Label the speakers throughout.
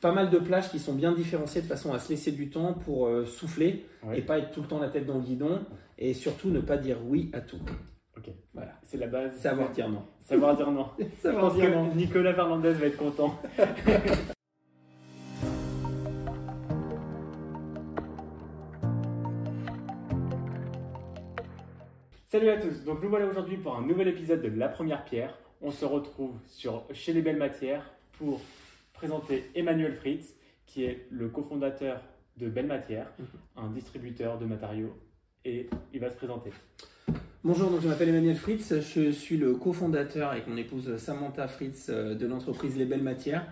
Speaker 1: pas mal de plages qui sont bien différenciées de façon à se laisser du temps pour souffler
Speaker 2: Ouais.
Speaker 1: et pas être tout le temps la tête dans le guidon et surtout ne pas dire oui à tout.
Speaker 2: Ok.
Speaker 1: Voilà.
Speaker 2: C'est la base.
Speaker 1: Savoir dire non.
Speaker 2: Savoir dire non. Je
Speaker 1: Savoir
Speaker 2: pense
Speaker 1: dire
Speaker 2: que
Speaker 1: non.
Speaker 2: Nicolas Fernandez va être content. Salut à tous, donc nous voilà aujourd'hui pour un nouvel épisode de La Première Pierre. On se retrouve chez Les Belles Matières pour présenter Emmanuel Fritz, qui est le cofondateur de Belles Matières, un distributeur de matériaux, et il va se présenter.
Speaker 1: Bonjour, donc je m'appelle Emmanuel Fritz, je suis le cofondateur avec mon épouse Samantha Fritz de l'entreprise Les Belles Matières,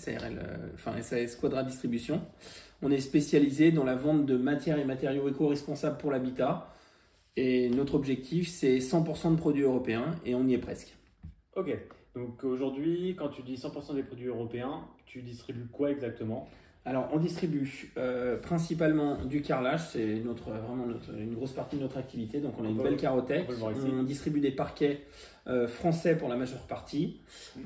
Speaker 1: SAS Quadra Distribution. On est spécialisé dans la vente de matières et matériaux éco-responsables pour l'habitat. Et notre objectif, c'est 100% de produits européens et on y est presque.
Speaker 2: Ok, donc aujourd'hui, quand tu dis 100% des produits européens, tu distribues quoi exactement?
Speaker 1: Alors, on distribue principalement du carrelage, c'est une grosse partie de notre activité. Donc, on a une belle carotèque. On distribue des parquets français pour la majeure partie.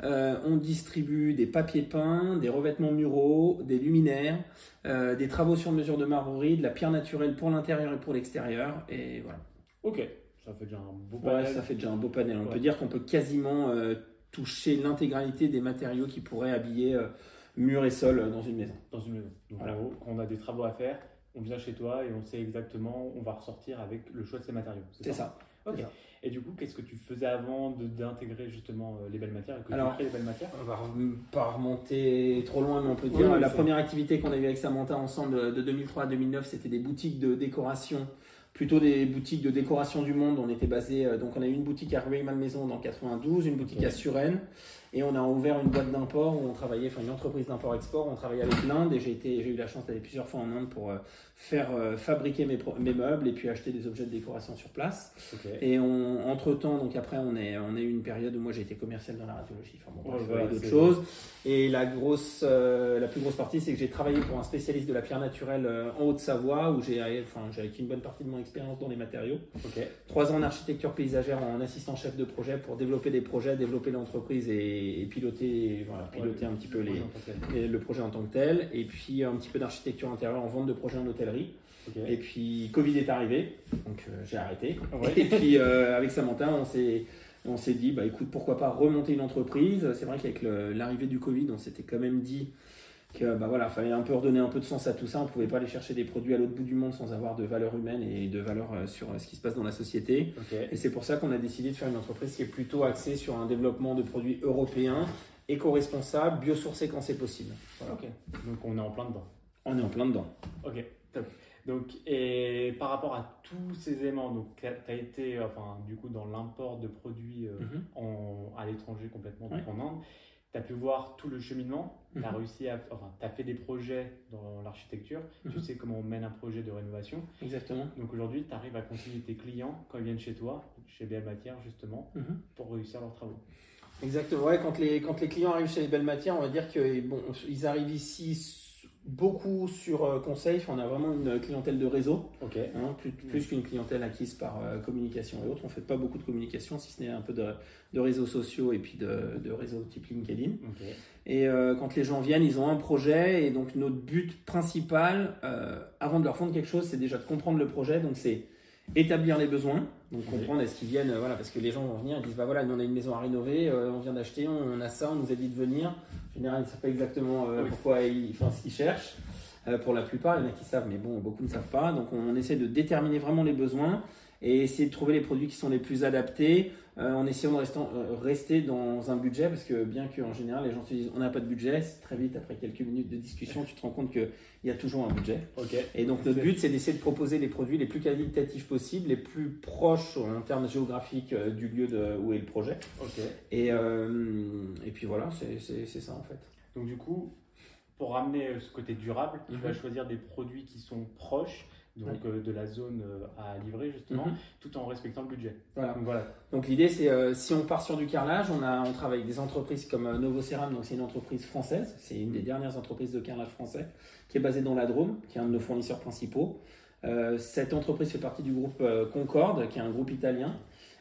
Speaker 1: On distribue des papiers peints, des revêtements muraux, des luminaires, des travaux sur mesure de marbrerie, de la pierre naturelle pour l'intérieur et pour l'extérieur. Et voilà.
Speaker 2: Ok, ça fait déjà un beau panel.
Speaker 1: Ouais, ça fait déjà un beau panel. On peut dire qu'on peut quasiment toucher l'intégralité des matériaux qui pourraient habiller mur et sol dans une maison.
Speaker 2: Dans une maison. Donc
Speaker 1: voilà.
Speaker 2: En gros, quand on a des travaux à faire, on vient chez toi et on sait exactement où on va ressortir avec le choix de ces matériaux.
Speaker 1: C'est ça.
Speaker 2: Ok.
Speaker 1: C'est ça.
Speaker 2: Et du coup, qu'est-ce que tu faisais avant d'intégrer justement les Belles Matières et que
Speaker 1: Alors,
Speaker 2: tu crées les Belles Matières?
Speaker 1: On va pas remonter trop loin, mais on peut dire la première activité qu'on a eue avec Samantha ensemble de 2003 à 2009, c'était des boutiques de décoration, plutôt des boutiques de décoration du monde. On était basé, donc on a eu une boutique à Rueil-Malmaison dans 92, une boutique à Suresnes, et on a ouvert une boîte d'import où on travaillait, une entreprise d'import-export. On travaillait avec l'Inde et j'ai eu la chance d'aller plusieurs fois en Inde pour faire fabriquer mes meubles et puis acheter des objets de décoration sur place.
Speaker 2: Okay.
Speaker 1: Et entre-temps, donc après, on a eu une période où moi j'ai été commercial dans la radiologie.
Speaker 2: Voilà,
Speaker 1: d'autres choses. Et la plus grosse partie, c'est que j'ai travaillé pour un spécialiste de la pierre naturelle en Haute-Savoie où j'ai acquis une bonne partie de mon expérience dans les matériaux.
Speaker 2: Okay.
Speaker 1: 3 ans en architecture paysagère en assistant chef de projet pour développer des projets, développer l'entreprise et piloter un petit peu le projet en tant que tel. Et puis un petit peu d'architecture intérieure en vente de projets en hôtellerie. Okay. Et puis Covid est arrivé, donc j'ai arrêté. Ouais. Et puis avec Samantha, on s'est dit, écoute, pourquoi pas remonter une entreprise. C'est vrai qu'avec l'arrivée du Covid, on s'était quand même dit que fallait un peu redonner un peu de sens à tout ça. On ne pouvait pas aller chercher des produits à l'autre bout du monde sans avoir de valeur humaine et de valeur sur ce qui se passe dans la société. Okay. Et c'est pour ça qu'on a décidé de faire une entreprise qui est plutôt axée sur un développement de produits européens, éco-responsables, biosourcés quand c'est possible.
Speaker 2: Voilà. Okay. Donc on est en plein dedans.
Speaker 1: On est en plein dedans.
Speaker 2: Ok, top. Donc, et par rapport à tous ces éléments, donc tu as été du coup dans l'import de produits à l'étranger complètement, donc en Inde. Tu as pu voir tout le cheminement, tu as réussi tu as fait des projets dans l'architecture, tu sais comment on mène un projet de rénovation.
Speaker 1: Exactement.
Speaker 2: Donc aujourd'hui, tu arrives à conseiller tes clients quand ils viennent chez toi, chez Belles Matières justement, pour réussir leurs travaux.
Speaker 1: Exactement. Ouais, quand les clients arrivent chez les Belles Matières, on va dire qu'ils arrivent ici beaucoup sur conseil. On a vraiment une clientèle de réseau, plus qu'une clientèle acquise par communication et autres. On ne fait pas beaucoup de communication, si ce n'est un peu de réseaux sociaux et puis de réseaux type LinkedIn. Okay. Et quand les gens viennent, ils ont un projet et donc notre but principal, avant de leur vendre quelque chose, c'est déjà de comprendre le projet. Donc c'est établir les besoins, donc comprendre est-ce qu'ils viennent, parce que les gens vont venir et disent nous on a une maison à rénover, on vient d'acheter, on a ça, on nous a dit de venir. En général, ils ne savent pas exactement pourquoi ce qu'ils cherchent. Pour la plupart, il y en a qui savent, mais beaucoup ne savent pas. Donc on essaie de déterminer vraiment les besoins et essayer de trouver les produits qui sont les plus adaptés en essayant de rester dans un budget, parce que bien qu'en général les gens se disent on n'a pas de budget, très vite après quelques minutes de discussion tu te rends compte qu'il y a toujours un budget. Okay. Et donc notre but c'est d'essayer de proposer les produits les plus qualitatifs possibles, les plus proches en termes géographiques du lieu où est le projet.
Speaker 2: Okay.
Speaker 1: Et puis voilà, c'est ça en fait.
Speaker 2: Donc du coup, pour ramener ce côté durable, tu vas choisir des produits qui sont proches donc de la zone à livrer justement, tout en respectant le budget.
Speaker 1: Voilà. Donc l'idée c'est, si on part sur du carrelage, on travaille avec des entreprises comme Novoceram, donc c'est une entreprise française, c'est une des dernières entreprises de carrelage français, qui est basée dans la Drôme, qui est un de nos fournisseurs principaux. Cette entreprise fait partie du groupe Concorde, qui est un groupe italien.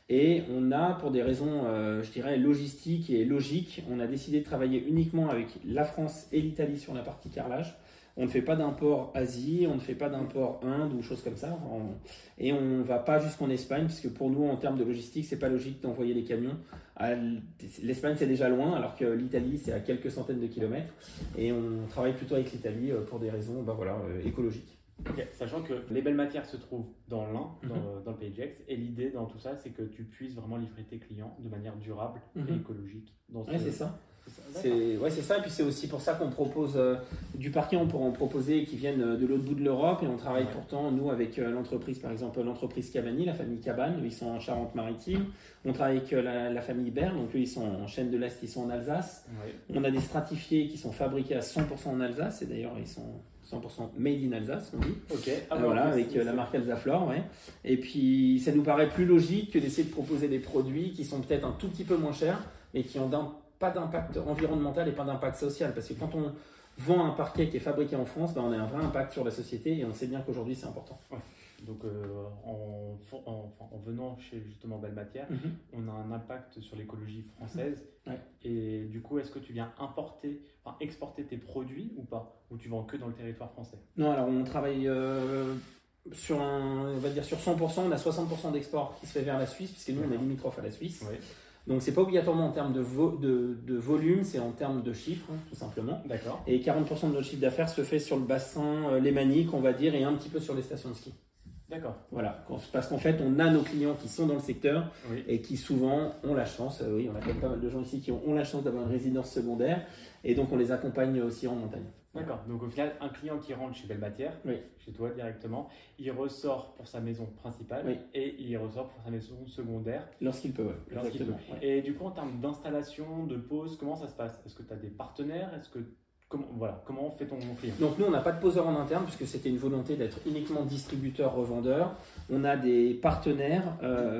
Speaker 1: Et on a, pour des raisons, je dirais, logistiques et logiques, on a décidé de travailler uniquement avec la France et l'Italie sur la partie carrelage. On ne fait pas d'import Asie, on ne fait pas d'import Inde ou choses comme ça. Et on ne va pas jusqu'en Espagne, puisque pour nous, en termes de logistique, c'est pas logique d'envoyer les camions. L'Espagne, c'est déjà loin, alors que l'Italie, c'est à quelques centaines de kilomètres. Et on travaille plutôt avec l'Italie pour des raisons écologiques.
Speaker 2: Okay. Sachant que les belles matières se trouvent dans l'Ain, dans le Pays de Gex, et l'idée dans tout ça, c'est que tu puisses vraiment livrer tes clients de manière durable et écologique.
Speaker 1: Oui, c'est ça. C'est ça, et puis c'est aussi pour ça qu'on propose du parquet, on pourra en proposer qui viennent de l'autre bout de l'Europe, et on travaille pourtant, nous, avec l'entreprise, par exemple, l'entreprise Cabani, la famille Cabane, eux, ils sont en Charente-Maritime. On travaille avec la famille Baird, donc eux, ils sont en Chaîne de l'Est, ils sont en Alsace. On a des stratifiés qui sont fabriqués à 100% en Alsace, et d'ailleurs, ils sont 100% made in Alsace, on dit.
Speaker 2: Ok.
Speaker 1: Avec la marque Alsaflor, Et puis, ça nous paraît plus logique que d'essayer de proposer des produits qui sont peut-être un tout petit peu moins chers, mais qui ont pas d'impact environnemental et pas d'impact social. Parce que quand on vend un parquet qui est fabriqué en France, on a un vrai impact sur la société, et on sait bien qu'aujourd'hui, c'est important.
Speaker 2: Ouais. Donc, en venant chez justement Belle Matière, on a un impact sur l'écologie française. Et du coup, est-ce que tu viens exporter tes produits ou pas? Ou tu vends que dans le territoire français?
Speaker 1: Non, alors on travaille sur on va dire sur 100%, on a 60% d'export qui se fait vers la Suisse, puisque nous, on est limitrophe à la Suisse. Donc, c'est pas obligatoirement en termes de volume, c'est en termes de chiffres, tout simplement.
Speaker 2: D'accord.
Speaker 1: Et 40% de notre chiffre d'affaires se fait sur le bassin lémanique, on va dire, et un petit peu sur les stations de ski.
Speaker 2: D'accord.
Speaker 1: Voilà, parce qu'en fait, on a nos clients qui sont dans le secteur et qui souvent ont la chance, on a quand même pas mal de gens ici qui ont la chance d'avoir une résidence secondaire, et donc on les accompagne aussi en montagne.
Speaker 2: D'accord, donc au final, un client qui rentre chez Belle Matière, chez toi directement, il ressort pour sa maison principale et il ressort pour sa maison secondaire.
Speaker 1: Lorsqu'il peut,
Speaker 2: exactement. Et du coup, en termes d'installation, de pose, comment ça se passe? Est-ce que tu as des partenaires? Comment fait ton client?
Speaker 1: Donc nous, on n'a pas de poseur en interne, puisque c'était une volonté d'être uniquement distributeur-revendeur. On a des partenaires,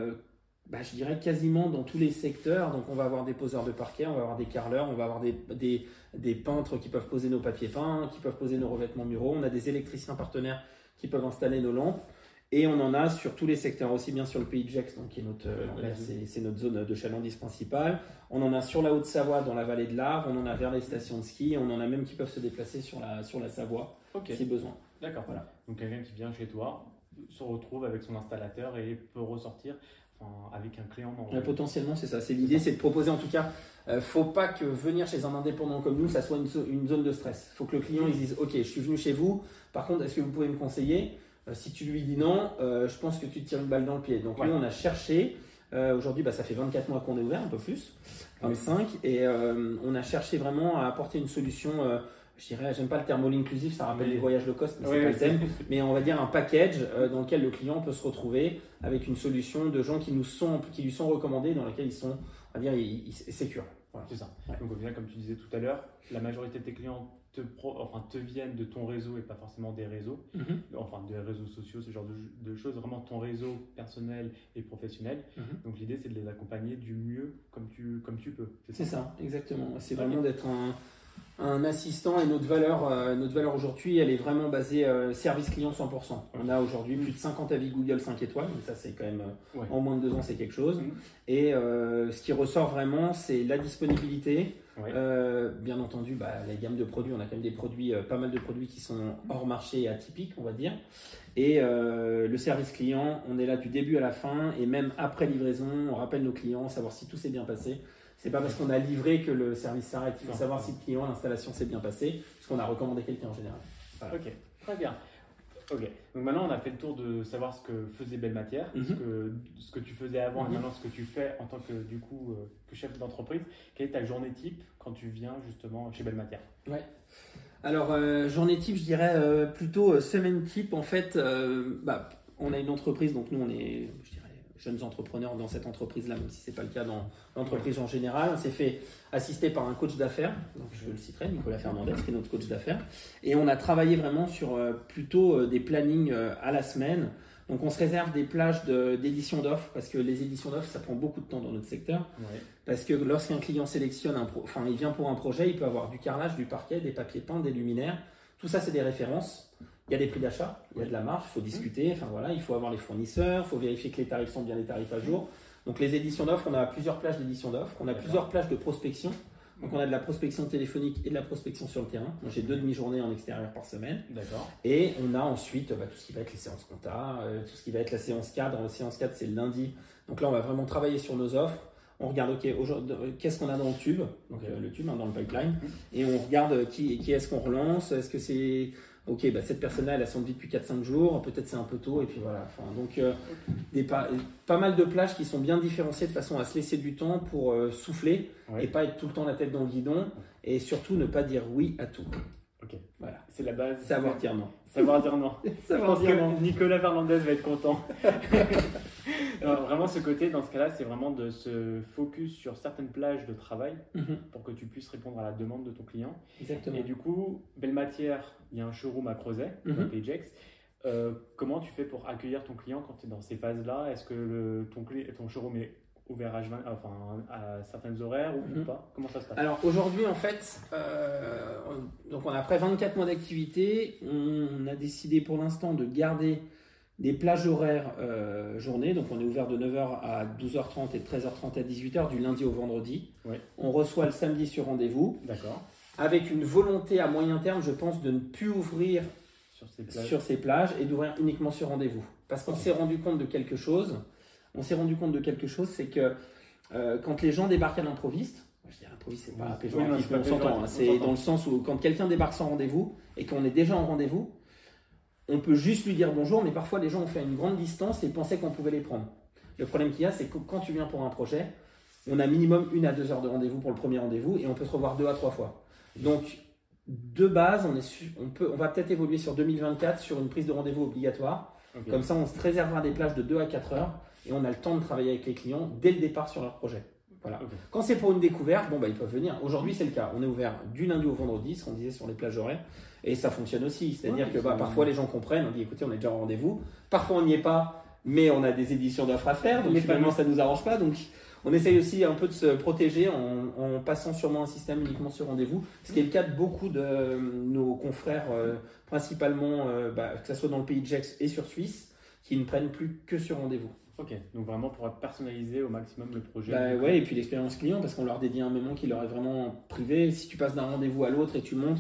Speaker 1: je dirais quasiment dans tous les secteurs. Donc on va avoir des poseurs de parquet, on va avoir des carreleurs, on va avoir des peintres qui peuvent poser nos papiers peints, qui peuvent poser nos revêtements muraux. On a des électriciens partenaires qui peuvent installer nos lampes. Et on en a sur tous les secteurs, aussi bien sur le Pays de Gex, donc qui est c'est notre zone de chalandise principale. On en a sur la Haute-Savoie, dans la vallée de l'Arve. On en a vers les stations de ski. On en a même qui peuvent se déplacer sur la Savoie, si besoin.
Speaker 2: D'accord. Voilà. Donc quelqu'un qui vient chez toi se retrouve avec son installateur et peut ressortir avec un client.
Speaker 1: Potentiellement, c'est ça. L'idée, c'est de proposer en tout cas. Faut pas que venir chez un indépendant comme nous, ça soit une zone de stress. Faut que le client il dise, ok, je suis venu chez vous. Par contre, est-ce que vous pouvez me conseiller? Si tu lui dis non, je pense que tu te tires une balle dans le pied. Donc nous, on a cherché. Aujourd'hui, ça fait 24 mois qu'on est ouvert, un peu plus, 25, et on a cherché vraiment à apporter une solution. Je dirais, j'aime pas le terme all inclusive, ça rappelle les voyages low cost, mais c'est pas le thème. Mais on va dire un package dans lequel le client peut se retrouver avec une solution de gens qui lui sont recommandés, dans laquelle ils sont, on va dire, sécures.
Speaker 2: Voilà. C'est ça. Donc au final, comme tu disais tout à l'heure, la majorité de tes clients te viennent de ton réseau et pas forcément des réseaux, des réseaux sociaux, ce genre de choses, vraiment ton réseau personnel et professionnel. Donc l'idée, c'est de les accompagner du mieux comme tu peux.
Speaker 1: C'est ça, exactement. C'est vraiment d'être un assistant, et notre valeur aujourd'hui, elle est vraiment basée service client 100%. On a aujourd'hui plus de 50 avis Google 5 étoiles, donc ça c'est quand même en moins de 2 ans, c'est quelque chose. Et ce qui ressort vraiment, c'est la disponibilité. Bien entendu, la gamme de produits, on a quand même des produits, pas mal de produits qui sont hors marché et atypiques, on va dire. Et le service client, on est là du début à la fin, et même après livraison, on rappelle nos clients, savoir si tout s'est bien passé. C'est pas parce qu'on a livré que le service s'arrête. Il faut savoir si le client, l'installation s'est bien passée, parce qu'on a recommandé quelqu'un en général.
Speaker 2: Voilà. Ok, très bien. Ok, donc maintenant on a fait le tour de savoir ce que faisait Belle Matière, ce que tu faisais avant et maintenant ce que tu fais en tant que que chef d'entreprise. Quelle est ta journée type quand tu viens justement chez Belle Matière?
Speaker 1: Alors journée type, je dirais plutôt semaine type. En fait, on a une entreprise, donc nous on est, je dirais, jeunes entrepreneurs dans cette entreprise-là, même si ce n'est pas le cas dans l'entreprise en général. On s'est fait assister par un coach d'affaires, donc je le citerai, Nicolas Fernandez, qui est notre coach d'affaires. Et on a travaillé vraiment sur plutôt des plannings à la semaine. Donc on se réserve des plages d'édition d'offres, parce que les éditions d'offres, ça prend beaucoup de temps dans notre secteur. Parce que lorsqu'un client sélectionne, il vient pour un projet, il peut avoir du carrelage, du parquet, des papiers peints, des luminaires. Tout ça, c'est des références. Il y a des prix d'achat, il y a de la marge, il faut discuter, il faut avoir les fournisseurs, il faut vérifier que les tarifs sont bien les tarifs à jour. Donc les éditions d'offres, on a plusieurs plages d'éditions d'offres, on a plusieurs plages de prospection. Donc on a de la prospection téléphonique et de la prospection sur le terrain. Moi j'ai 2 demi-journées en extérieur par semaine.
Speaker 2: D'accord.
Speaker 1: Et on a ensuite tout ce qui va être les séances compta, tout ce qui va être la séance cadre. La séance cadre c'est le lundi. Donc là on va vraiment travailler sur nos offres. On regarde qu'est-ce qu'on a dans le tube, donc le tube dans le pipeline, et on regarde qui est-ce qu'on relance. Est-ce que c'est cette personne-là elle a son vie depuis 4-5 jours, peut-être c'est un peu tôt, et puis voilà. Enfin, donc pas mal de plages qui sont bien différenciées de façon à se laisser du temps pour souffler et pas être tout le temps la tête dans le guidon, et surtout ne pas dire oui à tout.
Speaker 2: Ok, voilà, c'est la base.
Speaker 1: Savoir dire non.
Speaker 2: Savoir dire non. Je pense que Nicolas Fernandez va être content. Alors, vraiment, ce côté, dans ce cas-là, c'est vraiment de se focus sur certaines plages de travail pour que tu puisses répondre à la demande de ton client.
Speaker 1: Exactement.
Speaker 2: Et du coup, Belmatière, il y a un showroom à Crozet, dans PageX. Comment tu fais pour accueillir ton client quand tu es dans ces phases-là? Est-ce que ton showroom est ouvert à certaines horaires ou pas? Comment ça se passe?
Speaker 1: Alors aujourd'hui en fait, donc on a après 24 mois d'activité, on a décidé pour l'instant de garder des plages horaires journée, donc on est ouvert de 9h à 12h30 et de 13h30 à 18h du lundi au vendredi.
Speaker 2: Ouais.
Speaker 1: On reçoit le samedi sur rendez-vous.
Speaker 2: D'accord.
Speaker 1: Avec une volonté à moyen terme, je pense, de ne plus ouvrir sur ces plages et d'ouvrir uniquement sur rendez-vous. Parce qu'on s'est rendu compte de quelque chose. C'est que quand les gens débarquent à l'improviste, je dis l'improviste, c'est pas péjoratif, on s'entend. C'est dans le sens où quand quelqu'un débarque sans rendez-vous et qu'on est déjà en rendez-vous, on peut juste lui dire bonjour, mais parfois les gens ont fait une grande distance et pensaient qu'on pouvait les prendre. Le problème qu'il y a, c'est que quand tu viens pour un projet, on a minimum 1 à 2 heures de rendez-vous pour le premier rendez-vous et on peut se revoir 2 à 3 fois. Donc, de base, on va peut-être évoluer sur 2024 sur une prise de rendez-vous obligatoire. Okay. Comme ça, on se réservera des plages de 2 à 4 heures et on a le temps de travailler avec les clients dès le départ sur leur projet. Voilà. Okay. Quand c'est pour une découverte, ils peuvent venir. Aujourd'hui, c'est le cas. On est ouvert du lundi au vendredi, ce qu'on disait sur les plages horaires. Et ça fonctionne aussi. C'est-à-dire que parfois, les gens comprennent. On dit, écoutez, on est déjà en rendez-vous. Parfois, on n'y est pas, mais on a des éditions d'offres à faire. Donc, finalement, ça ne nous arrange pas. Donc, on essaye aussi un peu de se protéger en passant sûrement un système uniquement sur rendez-vous. Ce qui est le cas de beaucoup de nos confrères, principalement, que ce soit dans le pays de Gex et sur Suisse, qui ne prennent plus que sur rendez-vous.
Speaker 2: Ok, donc vraiment pour personnaliser au maximum le projet.
Speaker 1: Ouais, et puis l'expérience client, parce qu'on leur dédie un moment qui leur est vraiment privé. Si tu passes d'un rendez-vous à l'autre et tu montes,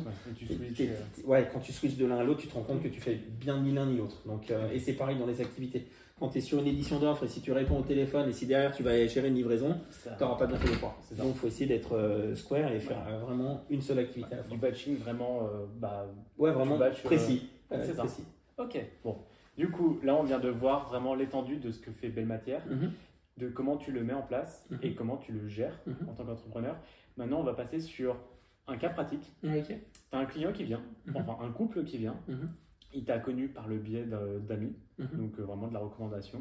Speaker 1: quand tu switches de l'un à l'autre, tu te rends compte que tu fais bien ni l'un ni l'autre. Donc, et c'est pareil dans les activités. Quand tu es sur une édition d'offres et si tu réponds au téléphone et si derrière tu vas gérer une livraison, tu n'auras pas bien fait l'effort. Donc il faut essayer d'être square et faire vraiment une seule activité à la fois.
Speaker 2: Du batching vraiment,
Speaker 1: vraiment précis.
Speaker 2: Précis. Ok, bon. Du coup, là, on vient de voir vraiment l'étendue de ce que fait Belmatière, de comment tu le mets en place et comment tu le gères en tant qu'entrepreneur. Maintenant, on va passer sur un cas pratique.
Speaker 1: Okay.
Speaker 2: Tu as un client qui vient, enfin un couple qui vient. Il t'a connu par le biais d'amis, donc vraiment de la recommandation.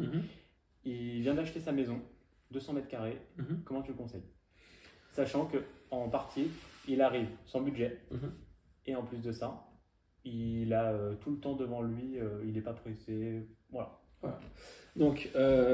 Speaker 2: Il vient d'acheter sa maison, 200 mètres carrés. Comment tu le conseilles? Sachant qu'en partie, il arrive sans budget. Et en plus de ça, il a tout le temps devant lui, il n'est pas pressé. Voilà.
Speaker 1: Donc,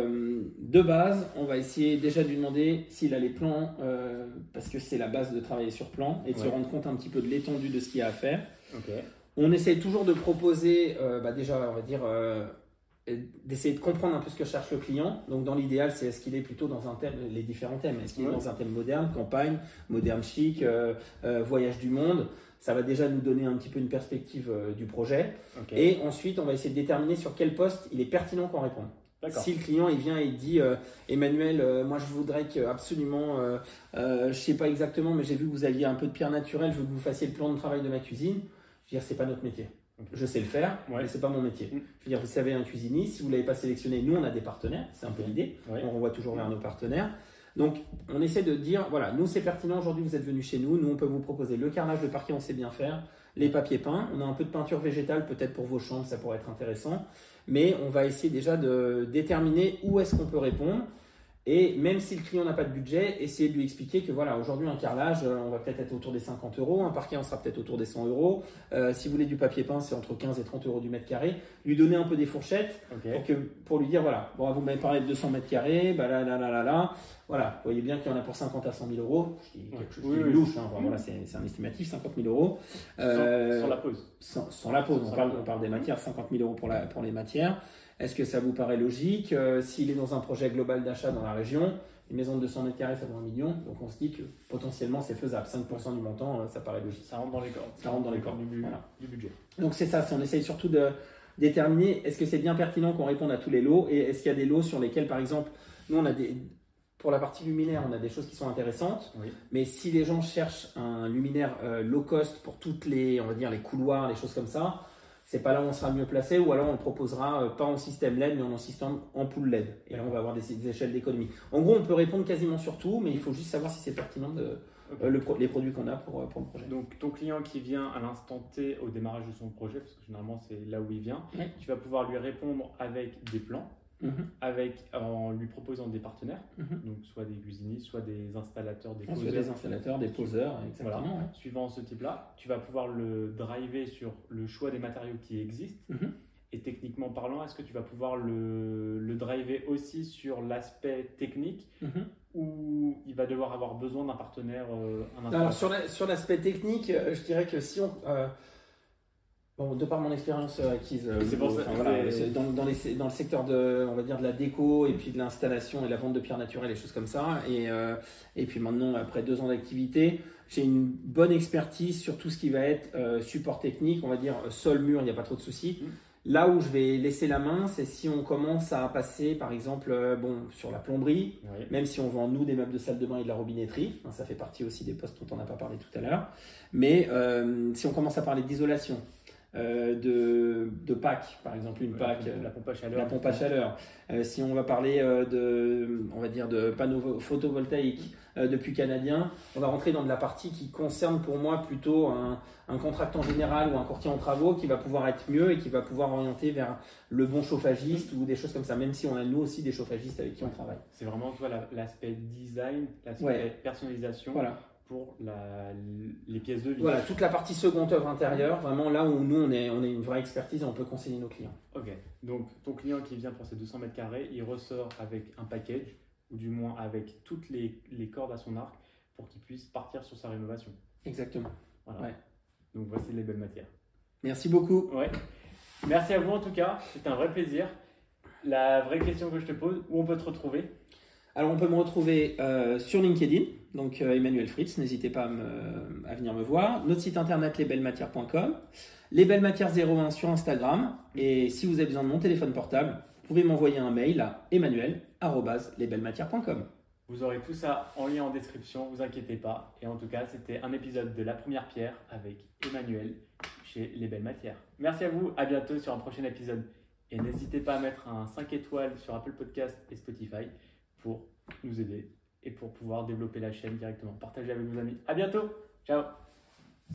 Speaker 1: de base, on va essayer déjà de lui demander s'il a les plans, parce que c'est la base de travailler sur plan et de se rendre compte un petit peu de l'étendue de ce qu'il y a à faire.
Speaker 2: Okay.
Speaker 1: On essaye toujours de proposer, déjà, on va dire, d'essayer de comprendre un peu ce que cherche le client. Donc, dans l'idéal, c'est est-ce qu'il est plutôt dans un thème, les différents thèmes. Est-ce qu'il est dans un thème moderne, campagne, moderne chic, voyage du monde. Ça va déjà nous donner un petit peu une perspective du projet. Okay. Et ensuite, on va essayer de déterminer sur quel poste il est pertinent qu'on réponde. Si le client il vient et il dit Emmanuel, moi je voudrais que absolument, je ne sais pas exactement, mais j'ai vu que vous aviez un peu de pierre naturelle, je veux que vous fassiez le plan de travail de ma cuisine. Je veux dire, c'est pas notre métier. Je sais le faire, mais c'est pas mon métier. Je veux dire, vous savez un cuisinier, si vous l'avez pas sélectionné, nous on a des partenaires, c'est un peu l'idée. On renvoie toujours vers nos partenaires. Donc, on essaie de dire, voilà, nous c'est pertinent, aujourd'hui vous êtes venus chez nous, on peut vous proposer le carrelage, le parquet, on sait bien faire, les papiers peints, on a un peu de peinture végétale, peut-être pour vos chambres, ça pourrait être intéressant, mais on va essayer déjà de déterminer où est-ce qu'on peut répondre, et même si le client n'a pas de budget, essayer de lui expliquer que voilà, aujourd'hui un carrelage, on va peut-être être autour des 50 €, un parquet on sera peut-être autour des 100 €, si vous voulez du papier peint, c'est entre 15 et 30 € du mètre carré, lui donner un peu des fourchettes pour lui dire voilà, bon, vous m'avez parlé de 200 mètres carrés, là, Voilà, vous voyez bien qu'il y en a pour 50 à 100 000 euros. Je dis quelque chose de louche, hein. Voilà, c'est un estimatif, 50 000 euros.
Speaker 2: Sans la pause.
Speaker 1: Sans la pause, on parle des matières, 50 000 euros pour les matières. Est-ce que ça vous paraît logique? S'il est dans un projet global d'achat dans la région, une maison de 200 mètres carrés, ça vaut 1 million. Donc on se dit que potentiellement c'est faisable. 5% du montant, ça paraît logique.
Speaker 2: Ça rentre dans les cordes.
Speaker 1: Ça rentre dans les cordes
Speaker 2: du budget.
Speaker 1: Donc c'est ça, on essaye surtout de déterminer est-ce que c'est bien pertinent qu'on réponde à tous les lots et est-ce qu'il y a des lots sur lesquels, par exemple, nous on a pour la partie luminaire, on a des choses qui sont intéressantes, mais si les gens cherchent un luminaire low cost pour toutes les, on va dire, les couloirs, les choses comme ça, c'est pas là où on sera mieux placé, ou alors on le proposera pas en système LED, mais en système ampoule LED. Et là, on va avoir des échelles d'économie. En gros, on peut répondre quasiment sur tout, mais il faut juste savoir si c'est pertinent les produits qu'on a pour le projet.
Speaker 2: Donc, ton client qui vient à l'instant T au démarrage de son projet, parce que généralement, c'est là où il vient, tu vas pouvoir lui répondre avec des plans, en lui proposant des partenaires, donc soit des cuisinistes, soit des installateurs, des poseurs.
Speaker 1: Soit des installateurs, des poseurs, exactement.
Speaker 2: Voilà. Suivant ce type-là, tu vas pouvoir le driver sur le choix des matériaux qui existent. Et techniquement parlant, est-ce que tu vas pouvoir le driver aussi sur l'aspect technique ou il va devoir avoir besoin d'un partenaire
Speaker 1: Alors sur l'aspect technique, je dirais que si on... de par mon expérience acquise dans le secteur on va dire de la déco et puis de l'installation et la vente de pierres naturelles et choses comme ça, et puis maintenant après 2 ans d'activité, j'ai une bonne expertise sur tout ce qui va être support technique, on va dire sol, mur, il n'y a pas trop de soucis. Là où je vais laisser la main, c'est si on commence à passer, par exemple, sur la plomberie, même si on vend, nous, des meubles de salle de bain et de la robinetterie. Ça fait partie aussi des postes dont on n'a pas parlé tout à l'heure. Mais si on commence à parler d'isolation, de PAC, par exemple, une PAC,
Speaker 2: la pompe à
Speaker 1: chaleur. Si on va parler de panneaux photovoltaïques depuis canadien, on va rentrer dans de la partie qui concerne pour moi plutôt un contractant général ou un courtier en travaux qui va pouvoir être mieux et qui va pouvoir orienter vers le bon chauffagiste ou des choses comme ça, même si on a nous aussi des chauffagistes avec qui on travaille.
Speaker 2: C'est vraiment toi l'aspect design, l'aspect personnalisation.
Speaker 1: Voilà.
Speaker 2: Pour les pièces de vie.
Speaker 1: Voilà, toute la partie seconde œuvre intérieure, vraiment là où nous on est une vraie expertise et on peut conseiller nos clients.
Speaker 2: Ok, donc ton client qui vient pour ses 200 mètres carrés, il ressort avec un package, ou du moins avec toutes les cordes à son arc pour qu'il puisse partir sur sa rénovation.
Speaker 1: Exactement.
Speaker 2: Voilà. Donc voici les belles matières.
Speaker 1: Merci beaucoup.
Speaker 2: Merci à vous en tout cas, c'était un vrai plaisir. La vraie question que je te pose, où on peut te retrouver?
Speaker 1: Alors on peut me retrouver sur LinkedIn, donc Emmanuel Fritz, n'hésitez pas à venir me voir. Notre site internet lesbellesmatières.com, lesbellesmatières 01 sur Instagram, et si vous avez besoin de mon téléphone portable, vous pouvez m'envoyer un mail à emmanuel@lesbellesmatières.com.
Speaker 2: Vous aurez tout ça en lien en description, vous inquiétez pas. Et en tout cas, c'était un épisode de La Première Pierre avec Emmanuel chez Les Belles Matières. Merci à vous, à bientôt sur un prochain épisode. Et n'hésitez pas à mettre un 5 étoiles sur Apple Podcast et Spotify pour nous aider et pour pouvoir développer la chaîne directement. Partagez avec vos amis. À bientôt. Ciao.